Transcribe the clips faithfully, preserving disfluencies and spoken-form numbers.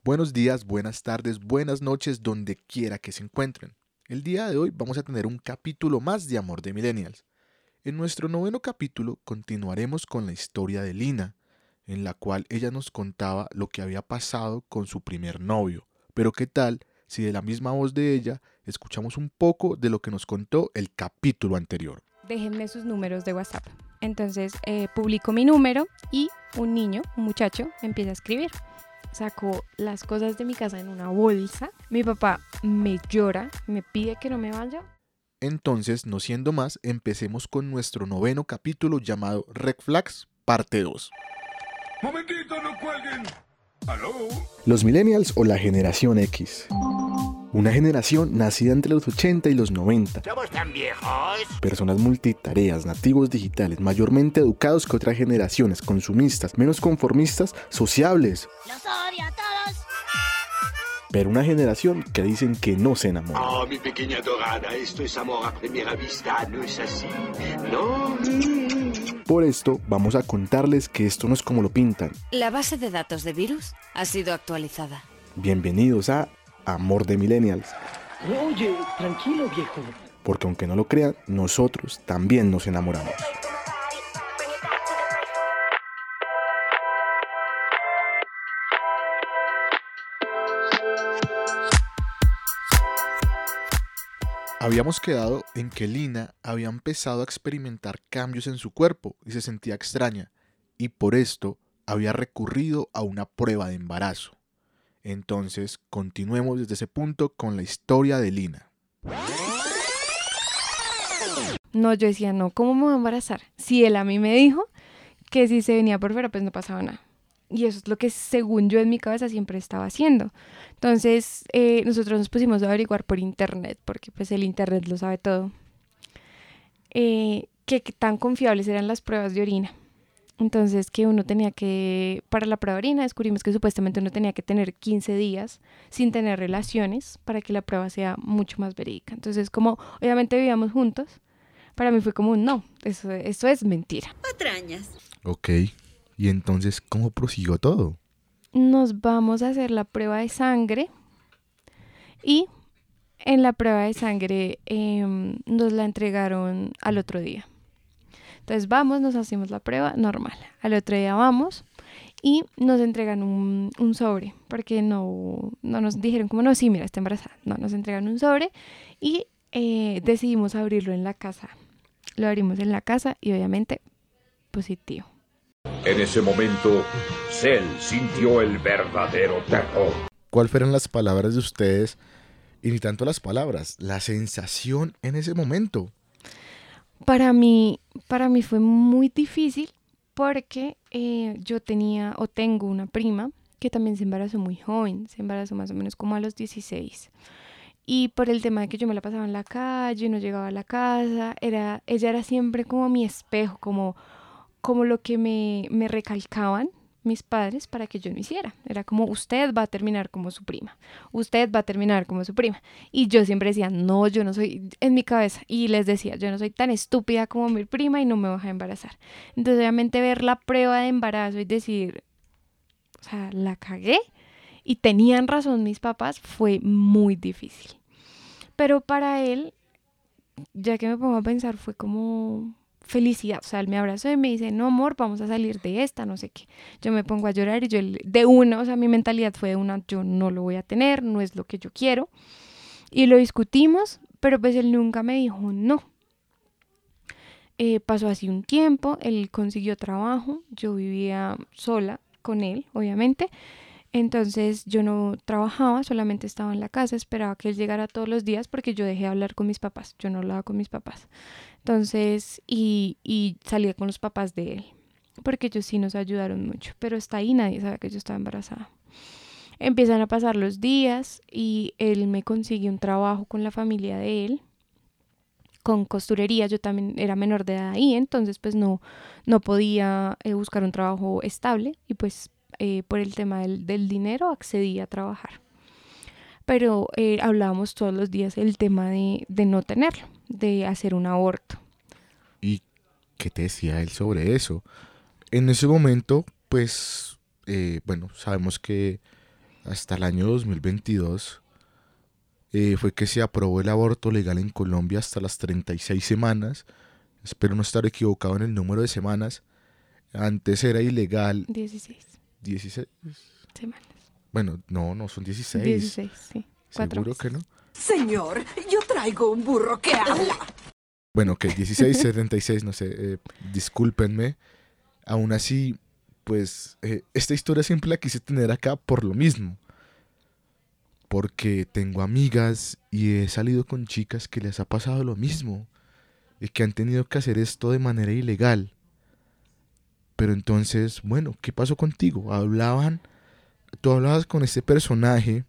Buenos días, buenas tardes, buenas noches, donde quiera que se encuentren. El día de hoy vamos a tener un capítulo más de Amor de Millennials. En nuestro noveno capítulo continuaremos con la historia de Lina, en la cual ella nos contaba lo que había pasado con su primer novio. Pero ¿qué tal si de la misma voz de ella escuchamos un poco de lo que nos contó el capítulo anterior? Déjenme sus números de WhatsApp. Entonces eh, publico mi número y un niño, un muchacho, empieza a escribir. Saco las cosas de mi casa en una bolsa. Mi papá me llora, me pide que no me vaya. Entonces, no siendo más, empecemos con nuestro noveno capítulo llamado Red Flags, parte dos. ¡Momentito, no cuelguen! ¿Aló? Los Millennials o la Generación X. Una generación nacida entre los ochenta y los noventa. ¿Somos tan viejos? Personas multitareas, nativos digitales, mayormente educados que otras generaciones, consumistas, menos conformistas, sociables. ¡Los odio a todos! Pero una generación que dicen que no se enamora. Oh, mi pequeña dorada, esto es amor a primera vista, ¿no es así? ¿No? Por esto, vamos a contarles que esto no es como lo pintan. La base de datos de virus ha sido actualizada. Bienvenidos a Amor de Millennials. Oye, tranquilo, viejo. Porque aunque no lo crean, nosotros también nos enamoramos. Habíamos quedado en que Lina había empezado a experimentar cambios en su cuerpo y se sentía extraña, y por esto había recurrido a una prueba de embarazo. Entonces, continuemos desde ese punto con la historia de Lina. No, yo decía, no, ¿cómo me voy a embarazar? Si él a mí me dijo que si se venía por fuera, pues no pasaba nada. Y eso es lo que según yo en mi cabeza siempre estaba haciendo. Entonces eh, nosotros nos pusimos a averiguar por internet, porque pues el internet lo sabe todo. Eh, que, que tan confiables eran las pruebas de orina. Entonces que uno tenía que, para la prueba de orina descubrimos que supuestamente uno tenía que tener quince días sin tener relaciones para que la prueba sea mucho más verídica. Entonces como obviamente vivíamos juntos, para mí fue como un no, eso, eso es mentira. Patrañas. Ok, y entonces, ¿cómo prosiguió todo? Nos vamos a hacer la prueba de sangre y en la prueba de sangre eh, nos la entregaron al otro día. Entonces vamos, nos hacemos la prueba normal. Al otro día vamos y nos entregan un, un sobre, porque no, no nos dijeron como no, sí, mira, está embarazada. No, nos entregan un sobre y eh, decidimos abrirlo en la casa. Lo abrimos en la casa y obviamente positivo. En ese momento, Cell sintió el verdadero terror. ¿Cuáles fueron las palabras de ustedes? Y ni tanto las palabras, la sensación en ese momento. Para mí, para mí fue muy difícil porque eh, yo tenía o tengo una prima que también se embarazó muy joven, se embarazó más o menos como a los dieciséis. Y por el tema de que yo me la pasaba en la calle, no llegaba a la casa, era, ella era siempre como mi espejo, como, como lo que me, me recalcaban mis padres para que yo no hiciera. Era como, usted va a terminar como su prima, usted va a terminar como su prima. Y yo siempre decía, no, yo no soy, en mi cabeza, y les decía, yo no soy tan estúpida como mi prima y no me voy a embarazar. Entonces obviamente ver la prueba de embarazo y decir, o sea, la cagué, y tenían razón mis papás, fue muy difícil. Pero para él, ya que me pongo a pensar, fue como felicidad. O sea, él me abrazó y me dice, no amor, vamos a salir de esta, no sé qué. Yo me pongo a llorar y yo de una, o sea, mi mentalidad fue de una, yo no lo voy a tener, no es lo que yo quiero. Y lo discutimos, pero pues él nunca me dijo no. Eh, pasó así un tiempo, él consiguió trabajo, yo vivía sola con él, obviamente. Entonces yo no trabajaba, solamente estaba en la casa, esperaba que él llegara todos los días porque yo dejé de hablar con mis papás, yo no hablaba con mis papás. Entonces, y, y salía con los papás de él, porque ellos sí nos ayudaron mucho, pero hasta ahí nadie sabía que yo estaba embarazada. Empiezan a pasar los días y él me consigue un trabajo con la familia de él, con costurería. Yo también era menor de edad ahí, entonces pues no, no podía eh, buscar un trabajo estable y pues eh, por el tema del, del dinero accedí a trabajar. Pero eh, hablábamos todos los días el tema de, de no tenerlo, de hacer un aborto. ¿Y qué te decía él sobre eso? En ese momento, pues, eh, bueno, sabemos que hasta el año dos mil veintidós, eh, fue que se aprobó el aborto legal en Colombia hasta las treinta y seis semanas. Espero no estar equivocado en el número de semanas. Antes era ilegal. dieciséis. dieciséis. Semanas. Bueno, no, no son dieciséis. dieciséis, sí. Cuatro ¿Seguro meses. que no? Señor, yo traigo un burro que habla. Bueno, que dieciséis, setenta y seis, no sé, eh, discúlpenme. Aún así, pues, eh, esta historia siempre la quise tener acá por lo mismo. Porque tengo amigas y he salido con chicas que les ha pasado lo mismo. Y que han tenido que hacer esto de manera ilegal. Pero entonces, bueno, ¿qué pasó contigo? Hablaban, tú hablabas con este personaje.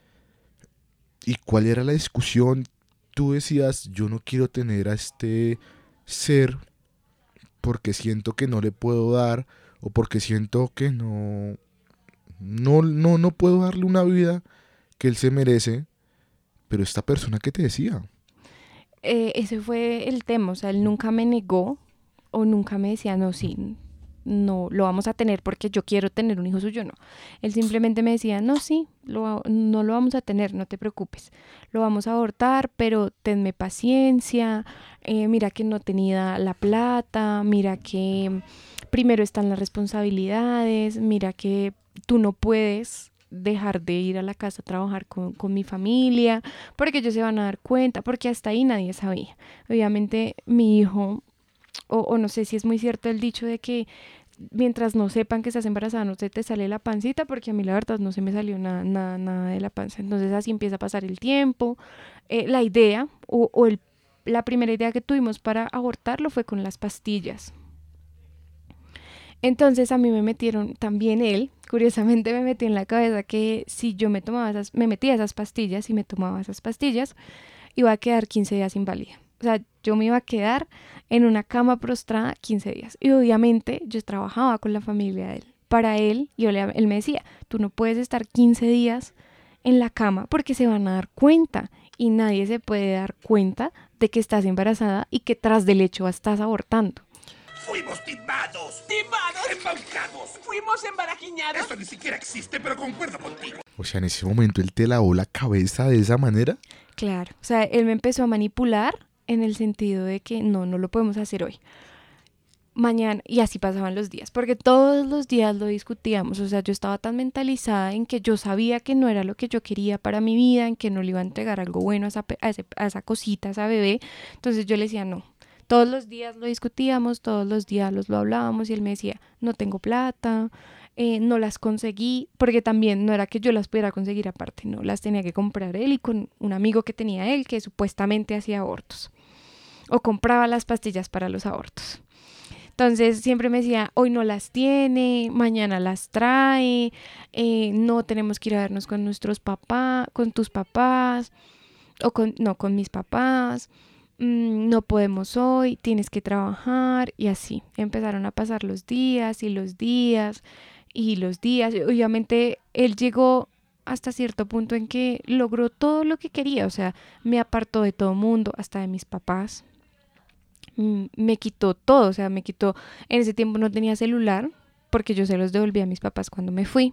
¿Y cuál era la discusión? Tú decías, yo no quiero tener a este ser porque siento que no le puedo dar o porque siento que no, no, no, no puedo darle una vida que él se merece. Pero esta persona, ¿qué te decía? Eh, ese fue el tema, o sea, él nunca me negó o nunca me decía, no, sí, no, lo vamos a tener porque yo quiero tener un hijo suyo, no. Él simplemente me decía, no, sí, lo, no lo vamos a tener, no te preocupes, lo vamos a abortar, pero tenme paciencia, eh, mira que no tenía la plata, mira que primero están las responsabilidades, mira que tú no puedes dejar de ir a la casa a trabajar con, con mi familia, porque ellos se van a dar cuenta, porque hasta ahí nadie sabía. Obviamente mi hijo, o, o no sé si es muy cierto el dicho de que mientras no sepan que estás embarazada no se te sale la pancita, porque a mí la verdad no se me salió nada, nada, nada de la panza. Entonces así empieza a pasar el tiempo. Eh, la idea, o, o el, la primera idea que tuvimos para abortarlo fue con las pastillas. Entonces a mí me metieron, también él, curiosamente me metió en la cabeza que si yo me tomaba esas, me metía esas pastillas y me tomaba esas pastillas, iba a quedar quince días inválida. O sea, yo me iba a quedar en una cama prostrada quince días. Y obviamente yo trabajaba con la familia de él. Para él, yo le, él me decía, tú no puedes estar quince días en la cama porque se van a dar cuenta. Y nadie se puede dar cuenta de que estás embarazada y que tras del hecho estás abortando. Fuimos timados. ¡Timados! Embaucados. Fuimos embarajiñados. Eso ni siquiera existe, pero concuerdo contigo. O sea, en ese momento él te lavó la cabeza de esa manera. Claro, o sea, él me empezó a manipular en el sentido de que no, no lo podemos hacer hoy. Mañana, y así pasaban los días, porque todos los días lo discutíamos. O sea, yo estaba tan mentalizada en que yo sabía que no era lo que yo quería para mi vida, en que no le iba a entregar algo bueno a esa, a ese, a esa cosita, a esa bebé. Entonces yo le decía no. Todos los días lo discutíamos, todos los días los lo hablábamos y él me decía, no tengo plata, eh, no las conseguí, porque también no era que yo las pudiera conseguir aparte, no, las tenía que comprar él y con un amigo que tenía él que supuestamente hacía abortos o compraba las pastillas para los abortos. Entonces siempre me decía, hoy no las tiene, mañana las trae, eh, no tenemos que ir a vernos con nuestros papás, con tus papás, o con, no, con mis papás. No podemos hoy, tienes que trabajar y así. Empezaron a pasar los días y los días y los días. Obviamente él llegó hasta cierto punto en que logró todo lo que quería. O sea, me apartó de todo mundo, hasta de mis papás. Me quitó todo, o sea, me quitó... En ese tiempo no tenía celular porque yo se los devolví a mis papás cuando me fui.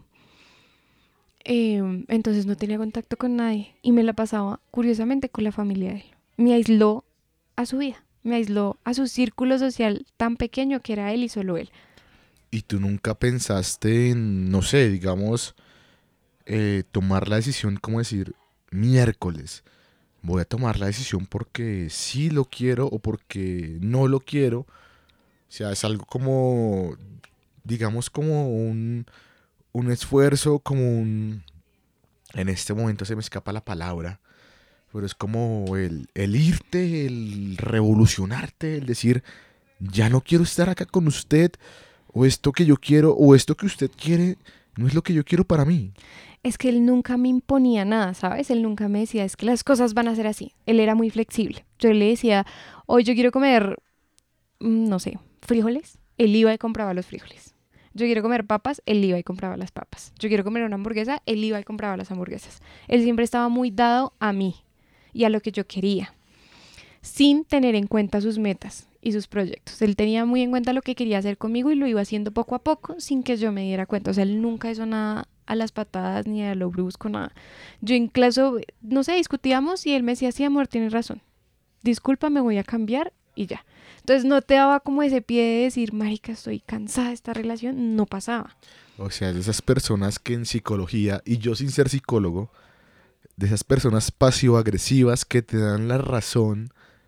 Eh, entonces no tenía contacto con nadie y me la pasaba curiosamente con la familia de él. Me aisló a su vida, me aisló a su círculo social tan pequeño que era él y solo él. ¿Y tú nunca pensaste en, no sé, digamos, eh, tomar la decisión, como decir, miércoles, voy a tomar la decisión porque sí lo quiero o porque no lo quiero? O sea, es algo como, digamos, como un, un esfuerzo, como un... En este momento se me escapa la palabra, pero es como el, el irte, el revolucionarte, el decir, ya no quiero estar acá con usted, o esto que yo quiero, o esto que usted quiere, no es lo que yo quiero para mí. Es que él nunca me imponía nada, ¿sabes? Él nunca me decía, es que las cosas van a ser así. Él era muy flexible. Yo le decía, hoy yo quiero comer, no sé, frijoles. Él iba y compraba los frijoles. Yo quiero comer papas, él iba y compraba las papas. Yo quiero comer una hamburguesa, él iba y compraba las hamburguesas. Él siempre estaba muy dado a mí y a lo que yo quería, sin tener en cuenta sus metas y sus proyectos. Él tenía muy en cuenta lo que quería hacer conmigo y lo iba haciendo poco a poco sin que yo me diera cuenta. O sea, él nunca hizo nada a las patadas ni a lo brusco, nada. Yo incluso, no sé, discutíamos y él me decía, sí, amor, tienes razón. Disculpa, me voy a cambiar y ya. Entonces no te daba como ese pie de decir, marica, estoy cansada de esta relación. No pasaba. O sea, de esas personas que en psicología, y yo sin ser psicólogo, de esas personas pasivo-agresivas que te dan la razón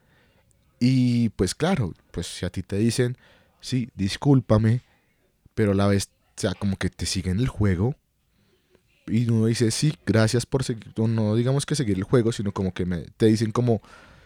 y pues claro, pues si a ti te dicen, sí, discúlpame, pero a la vez, o sea, como que te siguen el juego y uno dice, sí, gracias por seguir, no digamos que seguir el juego, sino como que me, te dicen como,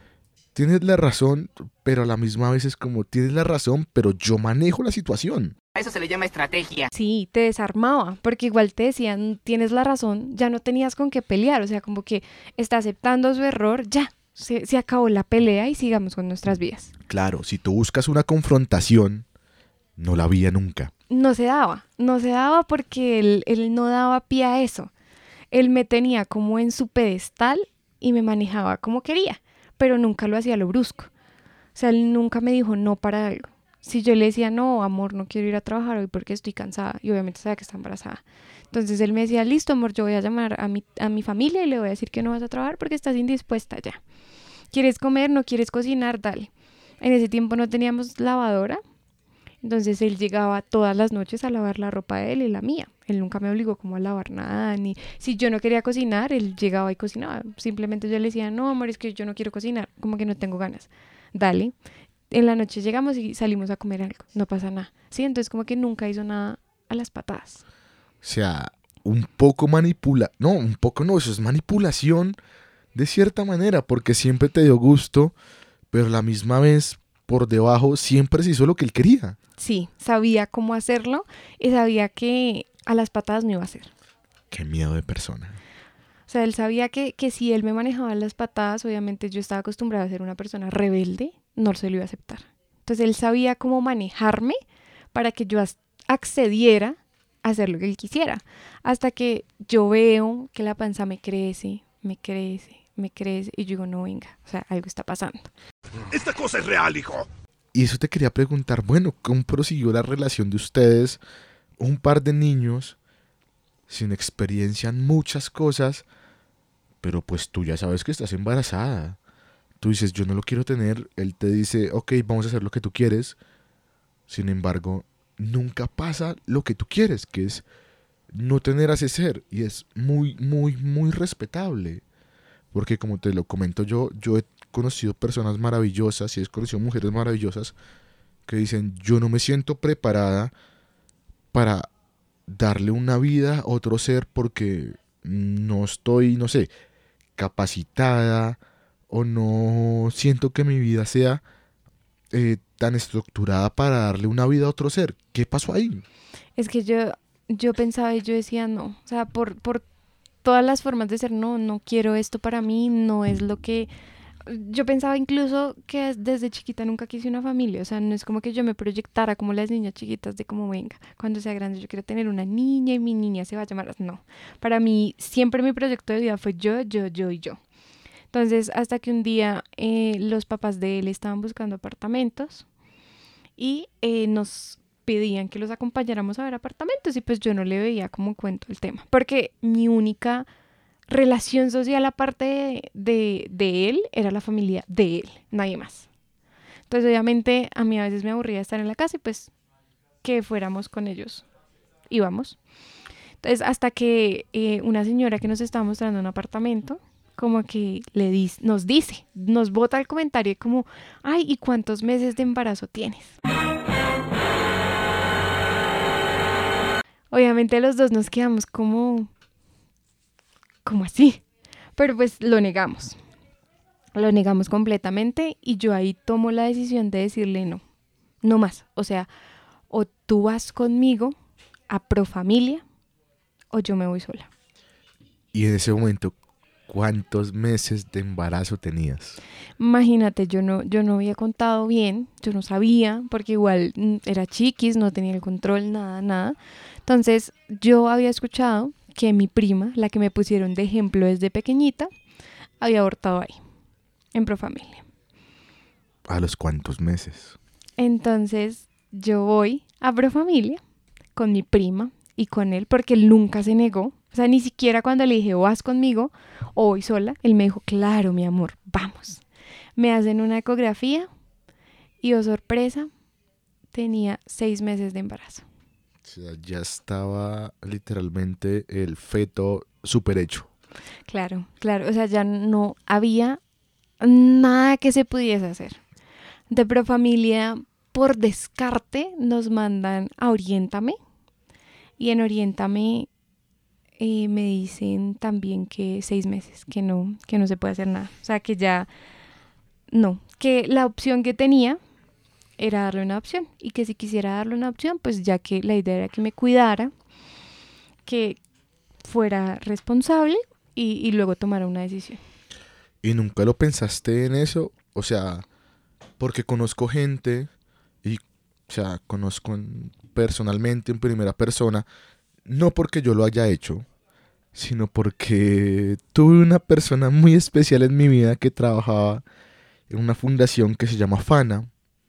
tienes la razón, pero a la misma vez es como, tienes la razón, pero yo manejo la situación. A eso se le llama estrategia. Sí, te desarmaba, porque igual te decían, tienes la razón, ya no tenías con qué pelear, o sea, como que está aceptando su error, ya, se, se acabó la pelea y sigamos con nuestras vidas. Claro, si tú buscas una confrontación, no la había nunca. No se daba, no se daba porque él, él no daba pie a eso. Él me tenía como en su pedestal y me manejaba como quería, pero nunca lo hacía a lo brusco. O sea, él nunca me dijo no para algo. Si yo le decía, no, amor, no quiero ir a trabajar hoy porque estoy cansada, y obviamente sabía que está embarazada. Entonces él me decía, listo, amor, yo voy a llamar a mi, a mi familia y le voy a decir que no vas a trabajar porque estás indispuesta ya. ¿Quieres comer? ¿No quieres cocinar? Dale. En ese tiempo no teníamos lavadora, entonces él llegaba todas las noches a lavar la ropa de él y la mía. Él nunca me obligó como a lavar nada, ni si yo no quería cocinar, él llegaba y cocinaba. Simplemente yo le decía, no, amor, es que yo no quiero cocinar, como que no tengo ganas. Dale. En la noche llegamos y salimos a comer algo, no pasa nada. Sí, entonces como que nunca hizo nada a las patadas. O sea, un poco manipula... No, un poco no, eso es manipulación de cierta manera, porque siempre te dio gusto, pero a la misma vez, por debajo, siempre se hizo lo que él quería. Sí, sabía cómo hacerlo y sabía que a las patadas no iba a hacer. Qué miedo de persona. O sea, él sabía que, que si él me manejaba las patadas, obviamente yo estaba acostumbrada a ser una persona rebelde, no se lo iba a aceptar. Entonces él sabía cómo manejarme para que yo accediera a hacer lo que él quisiera. Hasta que yo veo que la panza me crece, me crece, me crece y yo digo, no, venga, o sea, algo está pasando. Esta cosa es real, hijo. Y eso te quería preguntar, bueno, ¿cómo prosiguió la relación de ustedes? Un par de niños, sin experiencia en muchas cosas, pero pues tú ya sabes que estás embarazada. Tú dices, yo no lo quiero tener. Él te dice, ok, vamos a hacer lo que tú quieres. Sin embargo, nunca pasa lo que tú quieres, que es no tener a ese ser. Y es muy, muy, muy respetable. Porque como te lo comento yo, yo he conocido personas maravillosas y he conocido mujeres maravillosas que dicen, yo no me siento preparada para darle una vida a otro ser porque no estoy, no sé, capacitada o no siento que mi vida sea eh, tan estructurada para darle una vida a otro ser. ¿Qué pasó ahí? Es que yo, yo pensaba y yo decía no, o sea, por, por todas las formas de ser, no, no quiero esto para mí, no es lo que... Yo pensaba incluso que desde chiquita nunca quise una familia, o sea, no es como que yo me proyectara como las niñas chiquitas de como venga, cuando sea grande yo quiero tener una niña y mi niña se va a llamar, no, para mí siempre mi proyecto de vida fue yo, yo, yo y yo. Entonces, hasta que un día eh, los papás de él estaban buscando apartamentos y eh, nos pedían que los acompañáramos a ver apartamentos y pues yo no le veía como cuento el tema, porque mi única relación social aparte de, de, de él era la familia de él, nadie más. Entonces, obviamente, a mí a veces me aburría estar en la casa y pues que fuéramos con ellos, íbamos. Entonces, hasta que eh, una señora que nos estaba mostrando un apartamento, como que le dis, nos dice, nos bota el comentario como, ay, ¿y cuántos meses de embarazo tienes? Obviamente los dos nos quedamos como, como así, pero pues lo negamos, lo negamos completamente y yo ahí tomo la decisión de decirle no, no más, o sea, o tú vas conmigo a Profamilia o yo me voy sola. Y en ese momento, ¿cuántos meses de embarazo tenías? Imagínate, yo no, yo no había contado bien, yo no sabía, porque igual era chiquis, no tenía el control, nada, nada. Entonces, yo había escuchado que mi prima, la que me pusieron de ejemplo desde pequeñita, había abortado ahí, en Profamilia. ¿A los cuántos meses? Entonces, yo voy a Profamilia con mi prima y con él, porque él nunca se negó. O sea, ni siquiera cuando le dije, o vas conmigo o voy sola, él me dijo, claro, mi amor, vamos. Me hacen una ecografía y, oh sorpresa, tenía seis meses de embarazo. O sea, ya estaba literalmente el feto súper hecho. Claro, claro, o sea, ya no había nada que se pudiese hacer. De Profamilia, por descarte, nos mandan a Oriéntame, y en Oriéntame eh, me dicen también que seis meses, que no, que no se puede hacer nada. O sea, que ya no, que la opción que tenía era darle una opción, y que si quisiera darle una opción, pues ya que la idea era que me cuidara, que fuera responsable y, y luego tomara una decisión. ¿Y nunca lo pensaste en eso? O sea, porque conozco gente y, o sea, conozco en- personalmente en primera persona, no porque yo lo haya hecho, sino porque tuve una persona muy especial en mi vida que trabajaba en una fundación que se llama FANA,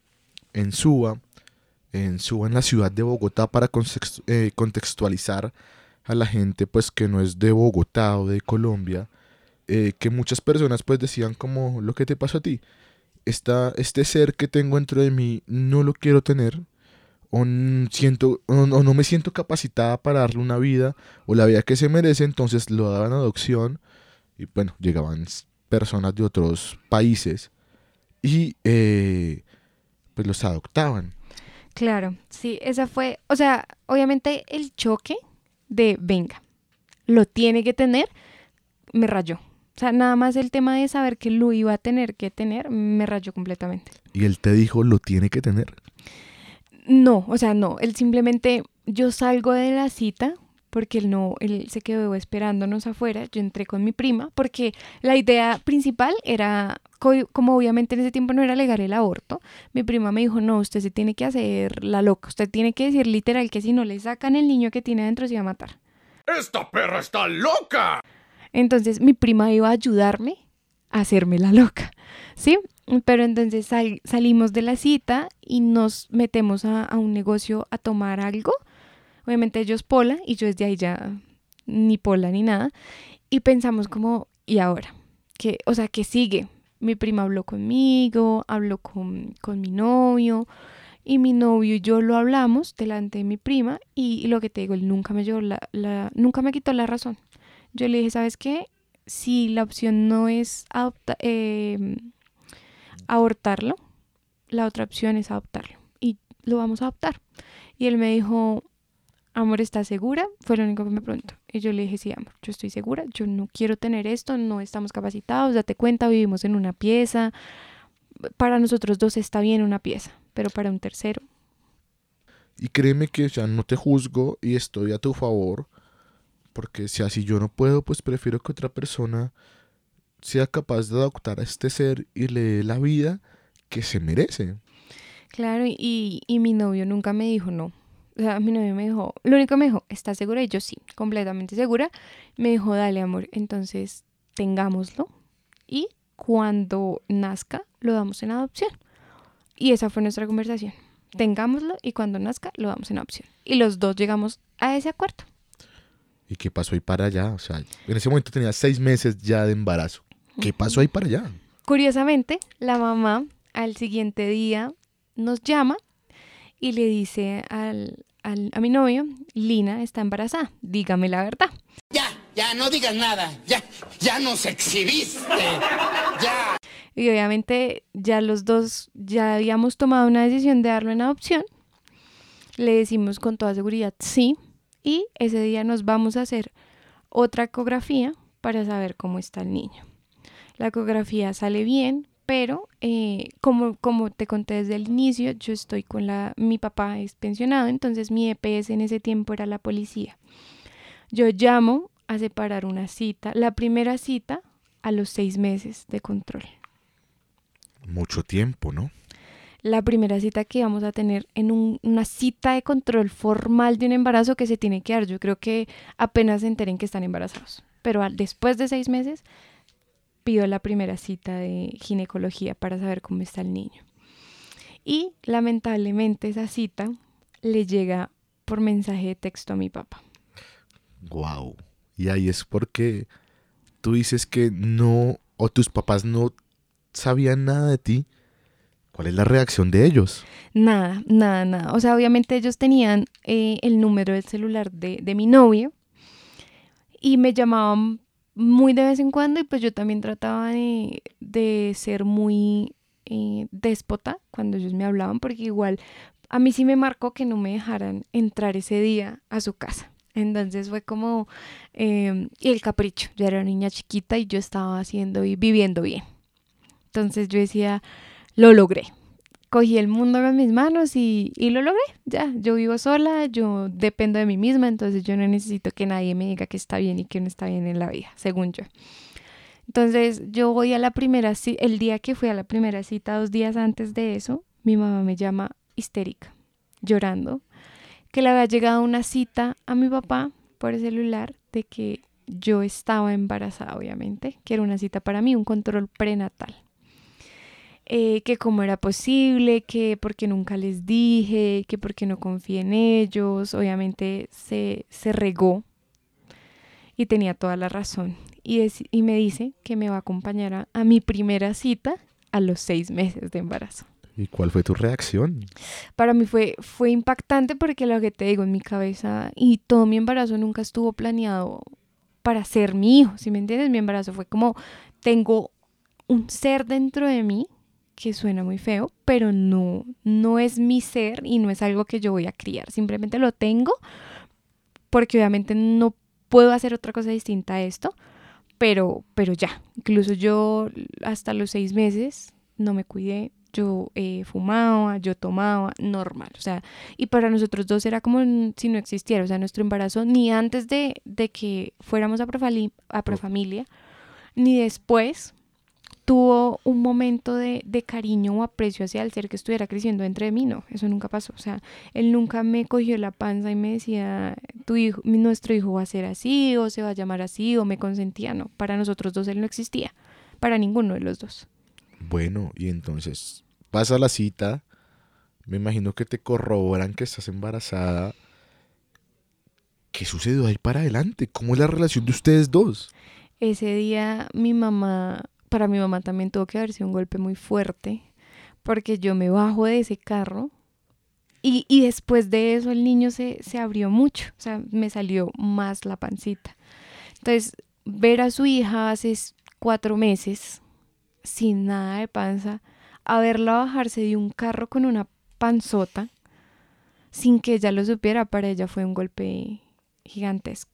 en Suba, en Suba, en la ciudad de Bogotá, para context- eh, contextualizar a la gente pues que no es de Bogotá o de Colombia, eh, que muchas personas pues decían como lo que te pasó a ti, esta, este ser que tengo dentro de mí no lo quiero tener, o, n- siento, o, o no me siento capacitada para darle una vida o la vida que se merece, entonces lo daban a adopción y bueno, llegaban s- personas de otros países y eh, pues los adoptaban. Claro, sí, esa fue, o sea, obviamente el choque de, venga, lo tiene que tener, me rayó. O sea, nada más el tema de saber que lo iba a tener que tener, me rayó completamente. Y él te dijo, lo tiene que tener. No, o sea, no, él simplemente, yo salgo de la cita porque él no, él se quedó esperándonos afuera, yo entré con mi prima porque la idea principal era, co- como obviamente en ese tiempo no era legal el aborto, mi prima me dijo, no, usted se tiene que hacer la loca, usted tiene que decir literal que si no le sacan el niño que tiene adentro se va a matar. ¡Esta perra está loca! Entonces mi prima iba a ayudarme a hacerme la loca, ¿sí? Pero entonces sal- salimos de la cita y nos metemos a, a un negocio a tomar algo. Obviamente ellos pola y yo desde ahí ya ni pola ni nada. Y pensamos como, ¿y ahora? ¿Qué, o sea, ¿qué sigue? Mi prima habló conmigo, habló con, con mi novio y mi novio y yo lo hablamos delante de mi prima y, y lo que te digo, él nunca me llevó la, la, nunca me quitó la razón. Yo le dije, ¿sabes qué? Si la opción no es adopta- eh, abortarlo, la otra opción es adoptarlo y lo vamos a adoptar. Y él me dijo, amor, ¿estás segura? Fue lo único que me preguntó. Y yo le dije, sí, amor, yo estoy segura, yo no quiero tener esto, no estamos capacitados, date cuenta, vivimos en una pieza. Para nosotros dos está bien una pieza, pero para un tercero. Y créeme que, o sea, no te juzgo y estoy a tu favor, porque si así yo no puedo, pues prefiero que otra persona sea capaz de adoptar a este ser y le dé la vida que se merece. Claro, y, y mi novio nunca me dijo no. O sea, mi novio me dijo, lo único que me dijo, ¿estás segura? Y yo sí, completamente segura. Me dijo, dale, amor, entonces tengámoslo y cuando nazca lo damos en adopción. Y esa fue nuestra conversación. Tengámoslo y cuando nazca lo damos en adopción. Y los dos llegamos a ese acuerdo. ¿Y qué pasó ahí para allá? O sea, en ese momento tenía seis meses ya de embarazo. ¿Qué pasó ahí para allá? Curiosamente, la mamá al siguiente día nos llama y le dice al, al- a mi novio, Lina está embarazada, dígame la verdad. Ya, ya, no digas nada. Ya, ya nos exhibiste. Ya. Y obviamente ya los dos ya habíamos tomado una decisión de darlo en adopción. Le decimos con toda seguridad sí. Y ese día nos vamos a hacer otra ecografía para saber cómo está el niño. La ecografía sale bien, pero eh, como, como te conté desde el inicio, yo estoy con la... Mi papá es pensionado, entonces mi E P S en ese tiempo era la policía. Yo llamo a separar una cita, la primera cita a los seis meses de control. Mucho tiempo, ¿no? La primera cita que vamos a tener en un- una cita de control formal de un embarazo que se tiene que dar. Yo creo que apenas se enteren que están embarazados. Pero al- después de seis meses pido la primera cita de ginecología para saber cómo está el niño. Y lamentablemente esa cita le llega por mensaje de texto a mi papá. Wow. Y ahí es porque tú dices que no, o tus papás no sabían nada de ti. ¿Cuál es la reacción de ellos? Nada, nada, nada. O sea, obviamente ellos tenían eh, el número del celular de, de mi novio y me llamaban muy de vez en cuando y pues yo también trataba de, de ser muy eh, déspota cuando ellos me hablaban, porque igual a mí sí me marcó que no me dejaran entrar ese día a su casa. Entonces fue como eh, y el capricho. Yo era una niña chiquita y yo estaba haciendo y viviendo bien. Entonces yo decía, lo logré. Cogí el mundo en mis manos y, y lo logré. Ya, yo vivo sola, yo dependo de mí misma, entonces yo no necesito que nadie me diga que está bien y que no está bien en la vida, según yo. Entonces yo voy a la primera cita, el día que fui a la primera cita, dos días antes de eso, mi mamá me llama histérica, llorando, que le había llegado una cita a mi papá por el celular de que yo estaba embarazada, obviamente, que era una cita para mí, un control prenatal. Eh, que cómo era posible, que porque nunca les dije, que porque no confié en ellos. Obviamente se, se regó y tenía toda la razón. Y, es, y me dice que me va a acompañar a, a mi primera cita a los seis meses de embarazo. ¿Y cuál fue tu reacción? Para mí fue, fue impactante porque lo que te digo, en mi cabeza y todo mi embarazo nunca estuvo planeado para ser mi hijo, ¿sí me entiendes? Mi embarazo fue como, tengo un ser dentro de mí que suena muy feo, pero no, no es mi ser y no es algo que yo voy a criar. Simplemente lo tengo porque obviamente no puedo hacer otra cosa distinta a esto, pero, pero ya. Incluso yo hasta los seis meses no me cuidé, yo eh, fumaba, yo tomaba, normal. O sea, y para nosotros dos era como si no existiera. O sea, nuestro embarazo ni antes de, de que fuéramos a, Profali- a Profamilia, ni después tuvo un momento de, de cariño o aprecio hacia el ser que estuviera creciendo dentro de mí. No, eso nunca pasó. O sea, él nunca me cogió la panza y me decía, tu hijo, nuestro hijo va a ser así, o se va a llamar así, o me consentía. No, para nosotros dos él no existía, para ninguno de los dos. Bueno, y entonces pasa la cita, me imagino que te corroboran que estás embarazada. ¿Qué sucedió ahí para adelante? ¿Cómo es la relación de ustedes dos? Ese día mi mamá... Para mi mamá también tuvo que haber sido un golpe muy fuerte, porque yo me bajo de ese carro y, y después de eso el niño se, se abrió mucho, o sea, me salió más la pancita. Entonces, ver a su hija hace cuatro meses sin nada de panza, a verla bajarse de un carro con una panzota, sin que ella lo supiera, para ella fue un golpe gigantesco.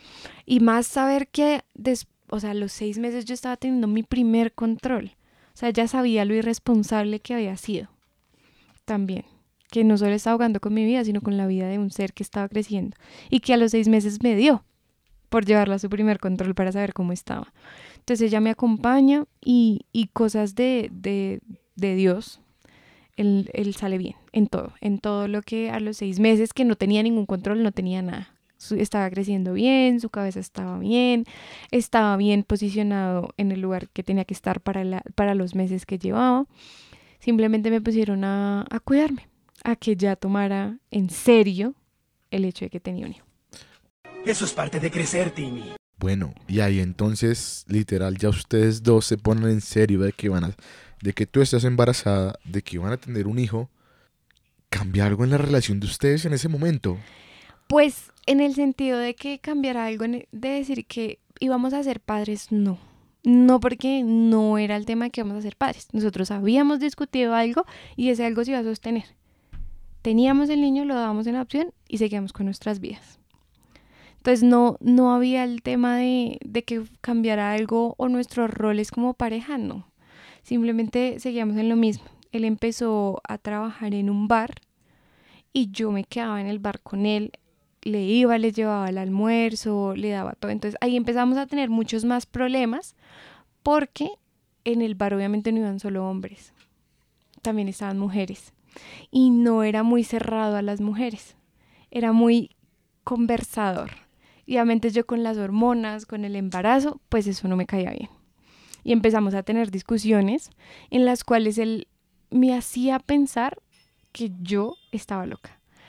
Y más saber que después, o sea, a los seis meses yo estaba teniendo mi primer control. O sea, ya sabía lo irresponsable que había sido. También. Que no solo estaba jugando con mi vida, sino con la vida de un ser que estaba creciendo. Y que a los seis meses me dio por llevarla a su primer control para saber cómo estaba. Entonces ella me acompaña y, y cosas de, de, de Dios, él, él sale bien en todo. En todo lo que a los seis meses, que no tenía ningún control, no tenía nada. Estaba creciendo bien, su cabeza estaba bien, estaba bien posicionado en el lugar que tenía que estar para, la, para los meses que llevaba. Simplemente me pusieron a, a cuidarme, a que ya tomara en serio el hecho de que tenía un hijo. Eso es parte de crecer, Timmy. Bueno, y ahí entonces, literal, ya ustedes dos se ponen en serio de que van a, de que tú estás embarazada, de que van a tener un hijo. ¿Cambia algo en la relación de ustedes en ese momento? Pues en el sentido de que cambiara algo, de decir que íbamos a ser padres, no. No, porque no era el tema de que íbamos a ser padres. Nosotros habíamos discutido algo y ese algo se iba a sostener. Teníamos el niño, lo dábamos en adopción y seguíamos con nuestras vidas. Entonces no, no había el tema de, de que cambiara algo o nuestros roles como pareja, no. Simplemente seguíamos en lo mismo. Él empezó a trabajar en un bar y yo me quedaba en el bar con él. Le iba, le llevaba el almuerzo, le daba todo. Entonces ahí empezamos a tener muchos más problemas porque en el bar obviamente no iban solo hombres, también estaban mujeres y no era muy cerrado a las mujeres, era muy conversador. Y obviamente yo con las hormonas, con el embarazo, pues eso no me caía bien. Y empezamos a tener discusiones en las cuales él me hacía pensar que yo estaba loca.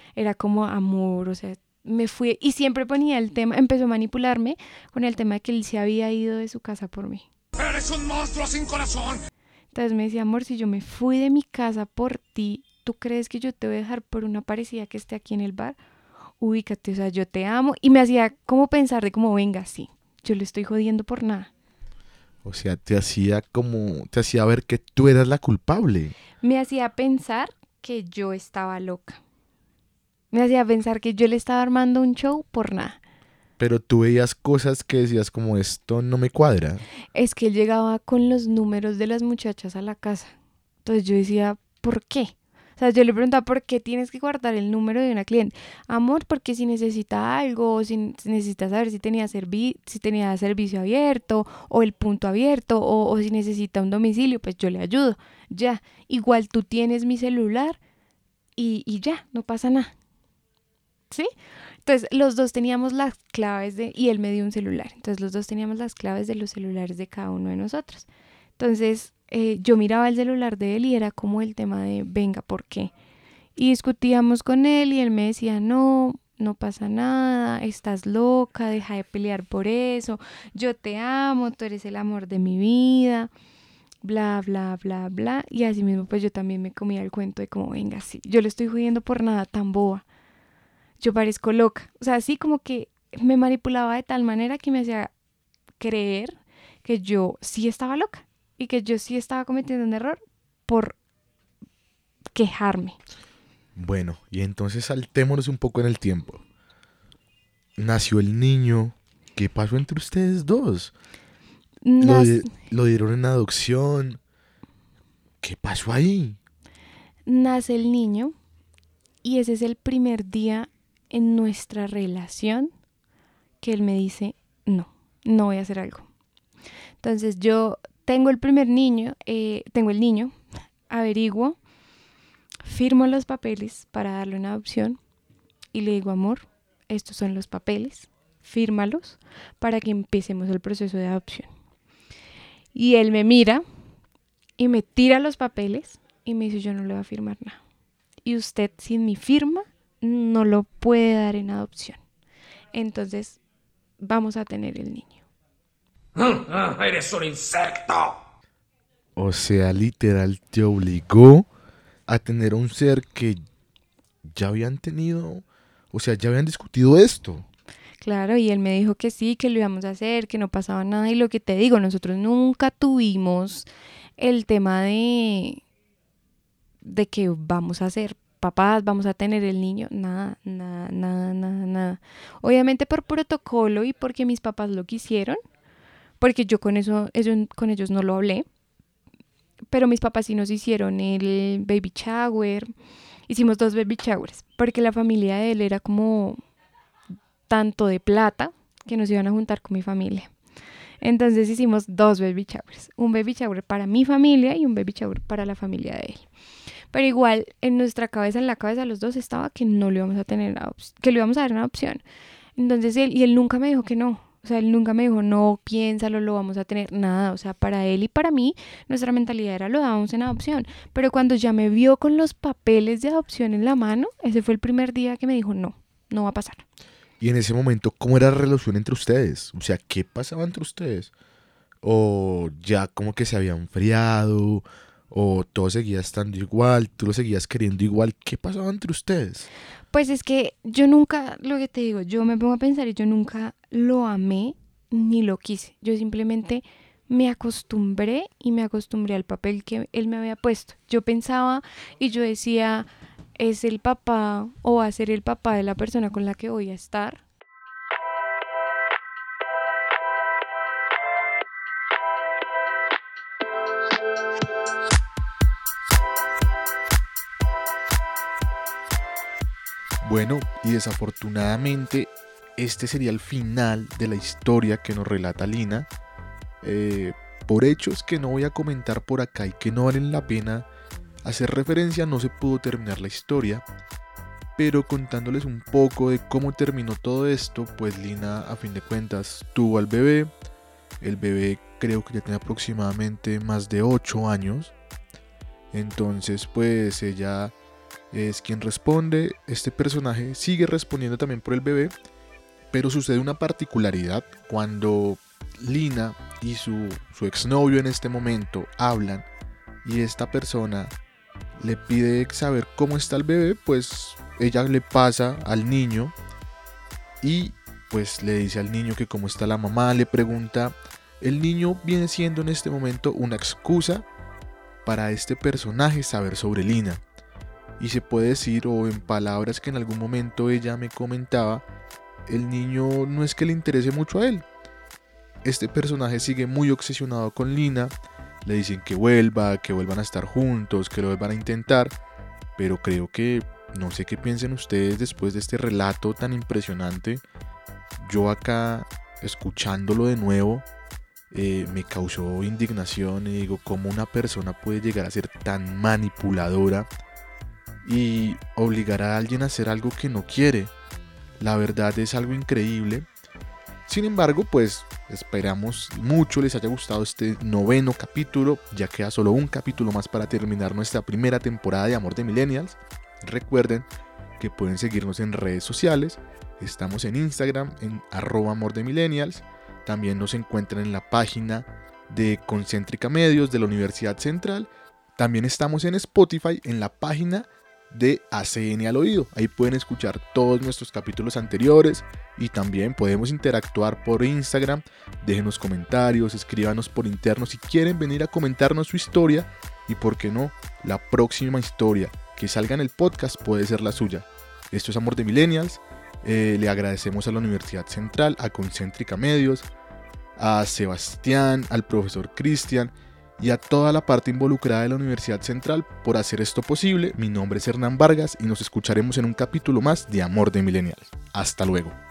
Era como amor, o sea, me fui y siempre ponía el tema, empezó a manipularme con el tema de que él se había ido de su casa por mí. ¡Eres un monstruo sin corazón! Entonces me decía, amor, si yo me fui de mi casa por ti, ¿tú crees que yo te voy a dejar por una parecida que esté aquí en el bar? Ubícate, o sea, yo te amo. Y me hacía como pensar de como, venga, sí, yo le estoy jodiendo por nada. O sea, te hacía como, te hacía ver que tú eras la culpable. Me hacía pensar que yo estaba loca. Me hacía pensar que yo le estaba armando un show por nada. Pero tú veías cosas que decías como, esto no me cuadra. Es que él llegaba con los números de las muchachas a la casa. Entonces yo decía, ¿por qué? O sea, yo le preguntaba, ¿por qué tienes que guardar el número de una cliente? Amor, porque si necesita algo, o si necesita saber si tenía, servi- si tenía servicio abierto, o el punto abierto, o, o si necesita un domicilio, pues yo le ayudo. Ya, igual tú tienes mi celular y, y ya, no pasa nada. ¿Sí? Entonces los dos teníamos las claves de, y él me dio un celular, entonces los dos teníamos las claves de los celulares de cada uno de nosotros. Entonces eh, yo miraba el celular de él y era como el tema de, venga, ¿por qué? Y discutíamos con él y él me decía, no, no pasa nada, estás loca, deja de pelear por eso, yo te amo, tú eres el amor de mi vida, bla, bla, bla, bla. Y así mismo pues yo también me comía el cuento de como, venga, sí, yo le estoy jodiendo por nada, tan boba. Yo parezco loca, o sea, así como que me manipulaba de tal manera que me hacía creer que yo sí estaba loca y que yo sí estaba cometiendo un error por quejarme. Bueno, y entonces saltémonos un poco en el tiempo. Nació el niño, ¿qué pasó entre ustedes dos? Lo, Nac- di- lo dieron en adopción, ¿qué pasó ahí? nace el niño y ese es el primer día en nuestra relación que él me dice, no, no voy a hacer algo. Entonces yo tengo el primer niño, eh, tengo el niño, averiguo, firmo los papeles para darle una adopción y le digo, amor, estos son los papeles, fírmalos para que empecemos el proceso de adopción. Y él me mira y me tira los papeles y me dice, yo no le voy a firmar nada. Y usted sin mi firma no lo puede dar en adopción. Entonces, vamos a tener el niño. ¡Eres un insecto! O sea, literal te obligó a tener un ser que ya habían tenido, o sea, ya habían discutido esto. Claro, y él me dijo que sí, que lo íbamos a hacer, que no pasaba nada. Y lo que te digo, nosotros nunca tuvimos el tema de, de que vamos a ser papás, vamos a tener el niño. Nada, nada, nada, nada, nada. Obviamente por protocolo y porque mis papás lo quisieron, porque yo con eso, eso con ellos no lo hablé. Pero mis papás sí nos hicieron el baby shower. Hicimos dos baby showers, porque la familia de él era como tanto de plata que nos iban a juntar con mi familia. Entonces hicimos dos baby showers. Un baby shower para mi familia y un baby shower para la familia de él. Pero igual en nuestra cabeza, en la cabeza de los dos estaba que no lo íbamos a tener, que lo íbamos a dar en adopción. Entonces él, y él nunca me dijo que no. O sea, él nunca me dijo, no, piénsalo, lo vamos a tener, nada. O sea, para él y para mí, nuestra mentalidad era lo dábamos en adopción. Pero cuando ya me vio con los papeles de adopción en la mano, ese fue el primer día que me dijo, no, no va a pasar. Y en ese momento, ¿cómo era la relación entre ustedes? O sea, ¿qué pasaba entre ustedes? O ya como que se había enfriado, o todo seguía estando igual, tú lo seguías queriendo igual. ¿Qué pasaba entre ustedes? Pues es que yo nunca, lo que te digo, yo me pongo a pensar y yo nunca lo amé ni lo quise. Yo simplemente me acostumbré y me acostumbré al papel que él me había puesto. Yo pensaba y yo decía, es el papá o va a ser el papá de la persona con la que voy a estar. Bueno, y desafortunadamente este sería el final de la historia que nos relata Lina. Eh, por hechos que no voy a comentar por acá y que no valen la pena hacer referencia, no se pudo terminar la historia. Pero contándoles un poco de cómo terminó todo esto, pues Lina a fin de cuentas tuvo al bebé. El bebé creo que ya tiene aproximadamente más de ocho años. Entonces pues ella es quien responde. Este personaje sigue respondiendo también por el bebé, pero sucede una particularidad cuando Lina y su, su exnovio en este momento hablan y esta persona le pide saber cómo está el bebé, pues ella le pasa al niño y pues le dice al niño que cómo está la mamá, le pregunta. El niño viene siendo en este momento una excusa para este personaje saber sobre Lina. Y se puede decir, o en palabras que en algún momento ella me comentaba, el niño no es que le interese mucho a él. Este personaje sigue muy obsesionado con Lina, le dicen que vuelva, que vuelvan a estar juntos, que lo vuelvan a intentar, pero creo que, no sé qué piensen ustedes después de este relato tan impresionante. Yo acá, escuchándolo de nuevo, eh, me causó indignación y digo, ¿cómo una persona puede llegar a ser tan manipuladora y obligar a alguien a hacer algo que no quiere? La verdad es algo increíble. Sin embargo, pues esperamos mucho les haya gustado este noveno capítulo. Ya queda solo un capítulo más para terminar nuestra primera temporada de Amor de Millennials. Recuerden que pueden seguirnos en redes sociales. Estamos en Instagram en arroba Amor de Millennials. También nos encuentran en la página de Concéntrica Medios de la Universidad Central. También estamos en Spotify en la página de A C N al Oído. Ahí pueden escuchar todos nuestros capítulos anteriores y también podemos interactuar por Instagram. Déjenos comentarios, escríbanos por interno si quieren venir a comentarnos su historia y, por qué no, la próxima historia que salga en el podcast puede ser la suya. Esto es Amor de Millennials. Eh, le agradecemos a la Universidad Central, a Concéntrica Medios, a Sebastián, al profesor Cristian y a toda la parte involucrada de la Universidad Central por hacer esto posible. Mi nombre es Hernán Vargas y nos escucharemos en un capítulo más de Amor de Millennials. Hasta luego.